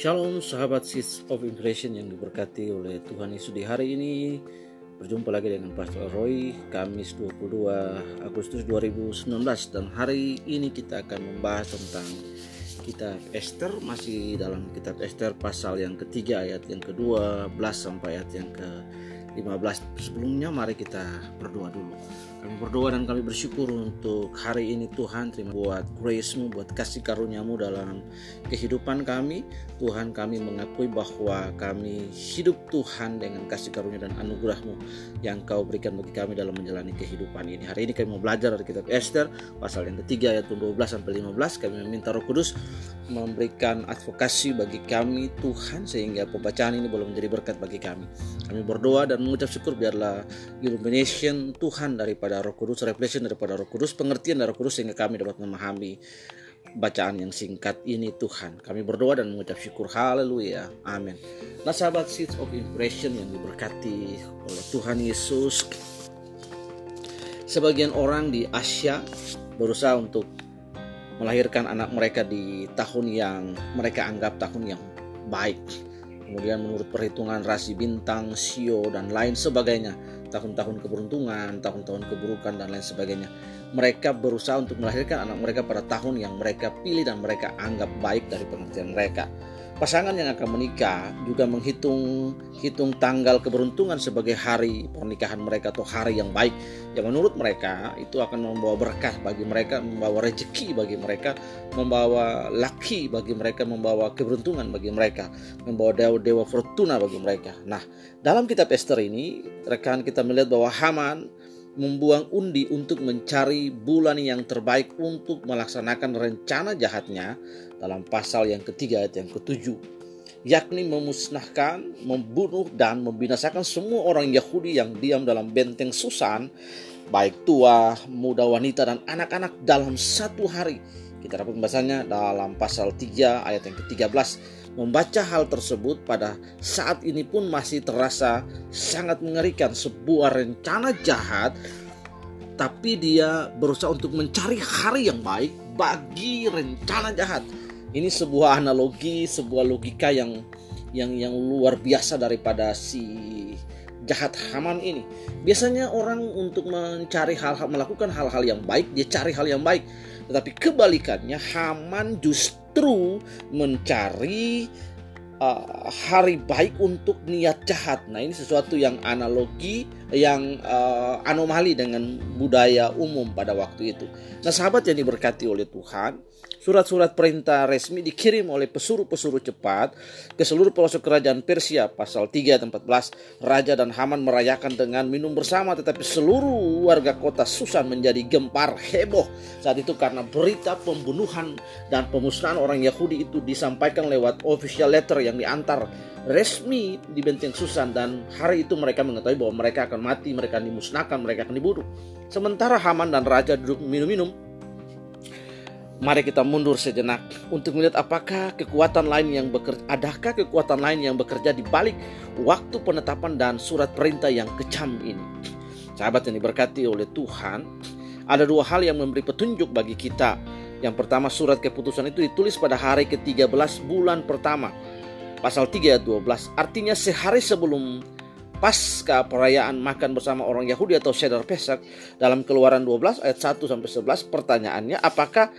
Shalom sahabat Seeds of Impression yang diberkati oleh Tuhan Yesus. Di hari ini berjumpa lagi dengan Pastor Roy, Kamis 22 Agustus 2019. Dan hari ini kita akan membahas tentang kitab Ester. Masih dalam kitab Ester pasal yang ketiga ayat yang ke-12 sampai ayat yang ke-15. Sebelumnya mari kita berdoa dulu. Kami berdoa dan kami bersyukur untuk hari ini Tuhan. Terima buat grace-Mu, buat kasih karunia-Mu dalam kehidupan kami. Tuhan, kami mengakui bahwa kami hidup Tuhan dengan kasih karunia dan anugerah-Mu yang Kau berikan bagi kami dalam menjalani kehidupan ini. Hari ini kami mau belajar dari kitab Ester pasal yang ketiga ayat 12 sampai 15. Kami meminta Roh Kudus memberikan advokasi bagi kami Tuhan, sehingga pembacaan ini boleh menjadi berkat bagi kami. Kami berdoa dan mengucap syukur biarlah illumination Tuhan daripada Roh Kudus, revelation daripada Roh Kudus, pengertian dari Roh Kudus, sehingga kami dapat memahami bacaan yang singkat ini Tuhan. Kami berdoa dan mengucap syukur. Haleluya. Amin. Nah sahabat Seeds of Impression yang diberkati oleh Tuhan Yesus, sebagian orang di Asia berusaha untuk melahirkan anak mereka di tahun yang mereka anggap tahun yang baik. Kemudian menurut perhitungan rasi bintang, sio dan lain sebagainya, tahun-tahun keberuntungan, tahun-tahun keburukan dan lain sebagainya, mereka berusaha untuk melahirkan anak mereka pada tahun yang mereka pilih dan mereka anggap baik dari pengertian mereka. Pasangan yang akan menikah juga menghitung tanggal keberuntungan sebagai hari pernikahan mereka atau hari yang baik, yang menurut mereka itu akan membawa berkah bagi mereka, membawa rezeki bagi mereka, membawa laki bagi mereka, membawa keberuntungan bagi mereka, membawa dewa fortuna bagi mereka. Nah, dalam kitab Ester ini rekan kita melihat bahwa Haman membuang undi untuk mencari bulan yang terbaik untuk melaksanakan rencana jahatnya dalam pasal yang ketiga ayat yang ke-7, yakni memusnahkan, membunuh dan membinasakan semua orang Yahudi yang diam dalam benteng Susan, baik tua, muda, wanita dan anak-anak dalam satu hari. Kita dapat membacanya dalam pasal 3 ayat yang ke-13. Membaca hal tersebut pada saat ini pun masih terasa sangat mengerikan. Sebuah rencana jahat, tapi dia berusaha untuk mencari hari yang baik bagi rencana jahat. Ini sebuah analogi, sebuah logika yang luar biasa daripada si jahat Haman ini. Biasanya orang untuk mencari melakukan hal-hal yang baik, dia cari hal yang baik. Tetapi kebalikannya, Haman justru mencari hari baik untuk niat jahat. Nah, ini sesuatu yang analogi, yang anomali dengan budaya umum pada waktu itu. Nah, sahabat yang diberkati oleh Tuhan, surat-surat perintah resmi dikirim oleh pesuruh-pesuruh cepat ke seluruh pelosok kerajaan Persia. Pasal 3 ayat 14, Raja dan Haman merayakan dengan minum bersama, tetapi seluruh warga kota Susan menjadi gempar heboh saat itu karena berita pembunuhan dan pemusnahan orang Yahudi itu disampaikan lewat official letter yang diantar resmi di benteng Susan. Dan hari itu mereka mengetahui bahwa mereka akan mati, mereka akan dimusnahkan, mereka akan dibunuh. Sementara Haman dan Raja duduk minum-minum, mari kita mundur sejenak untuk melihat adakah kekuatan lain yang bekerja di balik waktu penetapan dan surat perintah yang kejam ini. Sahabat yang diberkati oleh Tuhan, ada dua hal yang memberi petunjuk bagi kita. Yang pertama, surat keputusan itu ditulis pada hari ke-13 bulan pertama, pasal 3 ayat 12. Artinya sehari sebelum pasca perayaan makan bersama orang Yahudi atau Seder Pesak. Dalam Keluaran 12 ayat 1 sampai 11, pertanyaannya, apakah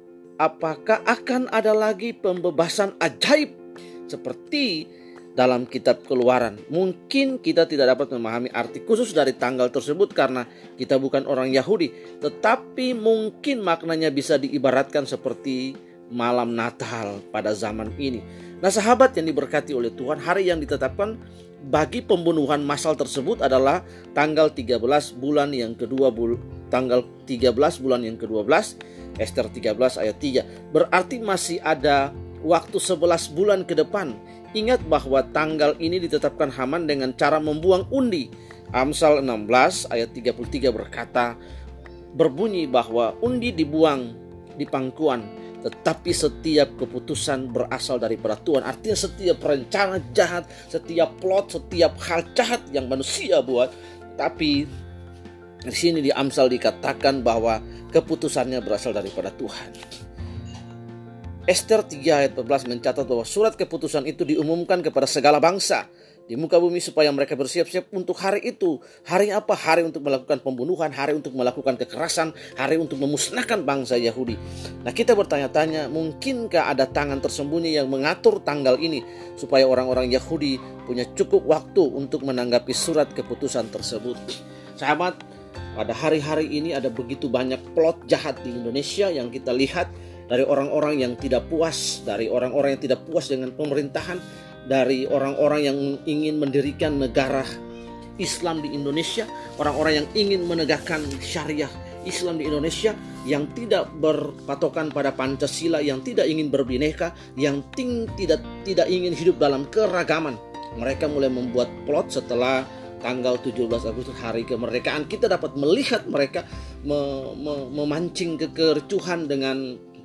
akan ada lagi pembebasan ajaib seperti dalam kitab Keluaran? Mungkin kita tidak dapat memahami arti khusus dari tanggal tersebut karena kita bukan orang Yahudi, tetapi mungkin maknanya bisa diibaratkan seperti malam Natal pada zaman ini. Nah sahabat yang diberkati oleh Tuhan, hari yang ditetapkan bagi pembunuhan massal tersebut adalah tanggal 13 bulan yang kedua, tanggal 13 bulan yang ke-12, Ester 13 ayat 3. Berarti masih ada waktu 11 bulan ke depan. Ingat bahwa tanggal ini ditetapkan Haman dengan cara membuang undi. Amsal 16 ayat 33 berbunyi bahwa undi dibuang di pangkuan, tetapi setiap keputusan berasal daripada Tuhan. Artinya setiap rencana jahat, setiap plot, setiap hal jahat yang manusia buat, tapi di sini di Amsal dikatakan bahwa keputusannya berasal daripada Tuhan. Ester 3 ayat 14 mencatat bahwa surat keputusan itu diumumkan kepada segala bangsa di muka bumi supaya mereka bersiap-siap untuk hari itu. Hari apa? Hari untuk melakukan pembunuhan, hari untuk melakukan kekerasan, hari untuk memusnahkan bangsa Yahudi. Nah, kita bertanya-tanya, mungkinkah ada tangan tersembunyi yang mengatur tanggal ini supaya orang-orang Yahudi punya cukup waktu untuk menanggapi surat keputusan tersebut? Sahabat, pada hari-hari ini ada begitu banyak plot jahat di Indonesia yang kita lihat, dari orang-orang yang tidak puas, dari orang-orang yang tidak puas dengan pemerintahan, dari orang-orang yang ingin mendirikan negara Islam di Indonesia, orang-orang yang ingin menegakkan syariah Islam di Indonesia, yang tidak berpatokan pada Pancasila, yang tidak ingin berbineka, yang tidak ingin hidup dalam keragaman. Mereka mulai membuat plot setelah tanggal 17 Agustus hari kemerdekaan. Kita dapat melihat mereka memancing kekericuhan dengan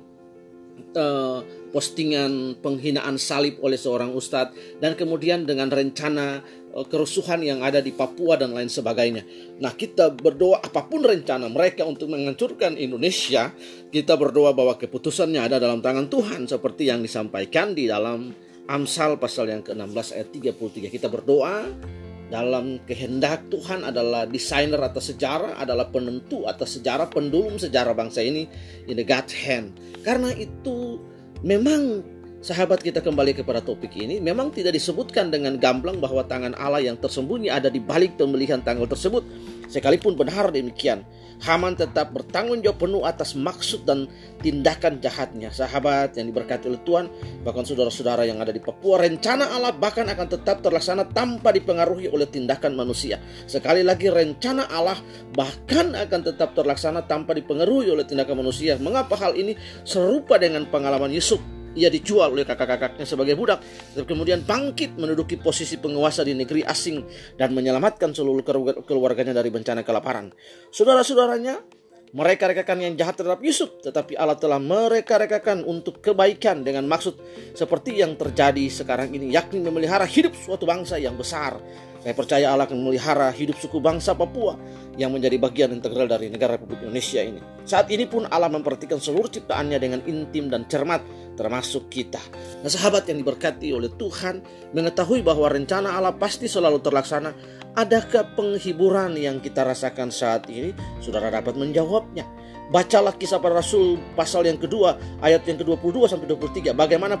postingan penghinaan salib oleh seorang ustadz, dan kemudian dengan rencana kerusuhan yang ada di Papua dan lain sebagainya. Nah, kita berdoa apapun rencana mereka untuk menghancurkan Indonesia, kita berdoa bahwa keputusannya ada dalam tangan Tuhan, seperti yang disampaikan di dalam Amsal pasal yang ke-16 ayat 33. Kita berdoa dalam kehendak Tuhan, adalah desainer atas sejarah, adalah penentu atas sejarah, pendulum sejarah bangsa ini in the God's hand. Karena itu memang, sahabat, kita kembali kepada topik ini, memang tidak disebutkan dengan gamblang bahwa tangan Allah yang tersembunyi ada di balik pemilihan tanggal tersebut. Sekalipun benar demikian, Haman tetap bertanggung jawab penuh atas maksud dan tindakan jahatnya. Sahabat yang diberkati oleh Tuhan, bahkan saudara-saudara yang ada di Papua, rencana Allah bahkan akan tetap terlaksana tanpa dipengaruhi oleh tindakan manusia. Sekali lagi, rencana Allah bahkan akan tetap terlaksana tanpa dipengaruhi oleh tindakan manusia. Mengapa hal ini serupa dengan pengalaman Yusuf? Ia dijual oleh kakak-kakaknya sebagai budak, kemudian bangkit menduduki posisi penguasa di negeri asing dan menyelamatkan seluruh keluarganya dari bencana kelaparan. Saudara-saudaranya, mereka rekakan yang jahat terhadap Yusuf, tetapi Allah telah mereka rekakan untuk kebaikan dengan maksud seperti yang terjadi sekarang ini, yakni memelihara hidup suatu bangsa yang besar. Saya percaya Allah akan memelihara hidup suku bangsa Papua yang menjadi bagian integral dari negara Republik Indonesia ini. Saat ini pun Allah memperhatikan seluruh ciptaannya dengan intim dan cermat, termasuk kita. Nah, sahabat yang diberkati oleh Tuhan, mengetahui bahwa rencana Allah pasti selalu terlaksana. Adakah penghiburan yang kita rasakan saat ini? Saudara dapat menjawabnya. Bacalah Kisah Para Rasul pasal yang kedua, ayat yang ke-22 sampai 23. Bagaimana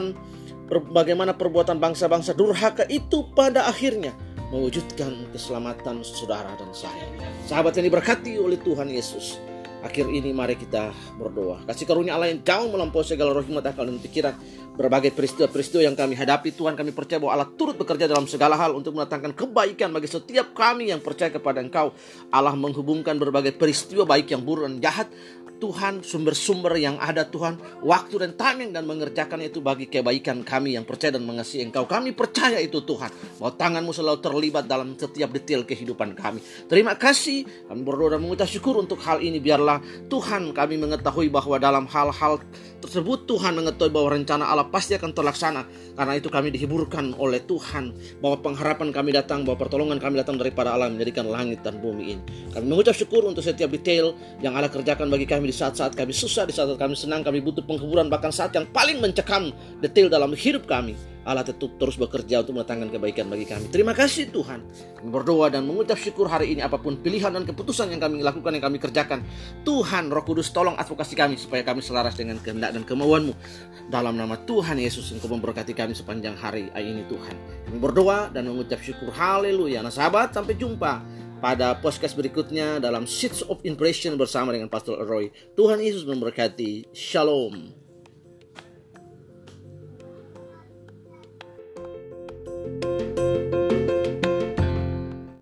perbuatan bangsa-bangsa durhaka itu pada akhirnya mewujudkan keselamatan saudara dan saya. Sahabat yang diberkati oleh Tuhan Yesus, akhir ini mari kita berdoa. Kasih karunia Allah yang jauh melampaui segala roh hikmat, akal dan pikiran, berbagai peristiwa-peristiwa yang kami hadapi, Tuhan, kami percaya bahwa Allah turut bekerja dalam segala hal untuk mendatangkan kebaikan bagi setiap kami yang percaya kepada Engkau. Allah menghubungkan berbagai peristiwa baik yang buruk dan jahat, Tuhan, sumber-sumber yang ada, Tuhan, waktu dan timing, dan mengerjakan itu bagi kebaikan kami yang percaya dan mengasihi Engkau. Kami percaya itu, Tuhan, bahwa tangan-Mu selalu terlibat dalam setiap detail kehidupan kami. Terima kasih, kami berdoa dan mengucap syukur untuk hal ini. Biarlah Tuhan, kami mengetahui bahwa dalam hal-hal tersebut, Tuhan mengetahui bahwa rencana Allah pasti akan terlaksana. Karena itu kami dihiburkan oleh Tuhan, bahwa pengharapan kami datang, bahwa pertolongan kami datang daripada Allah yang menjadikan langit dan bumi ini. Kami mengucap syukur untuk setiap detail yang Allah kerjakan bagi kami di saat-saat kami susah, di saat kami senang, kami butuh penghiburan, bahkan saat yang paling mencekam detail dalam hidup kami. Allah tetap terus bekerja untuk mendatangkan kebaikan bagi kami. Terima kasih Tuhan. Kami berdoa dan mengucap syukur hari ini, apapun pilihan dan keputusan yang kami lakukan, yang kami kerjakan, Tuhan Roh Kudus tolong advokasi kami supaya kami selaras dengan kehendak dan kemauan-Mu. Dalam nama Tuhan Yesus, Engkau memberkati kami sepanjang hari ini, Tuhan. Kami berdoa dan mengucap syukur. Haleluya. Nah, sahabat, sampai jumpa pada podcast berikutnya dalam Seeds of Impression bersama dengan Pastor Roy. Tuhan Yesus memberkati. Shalom.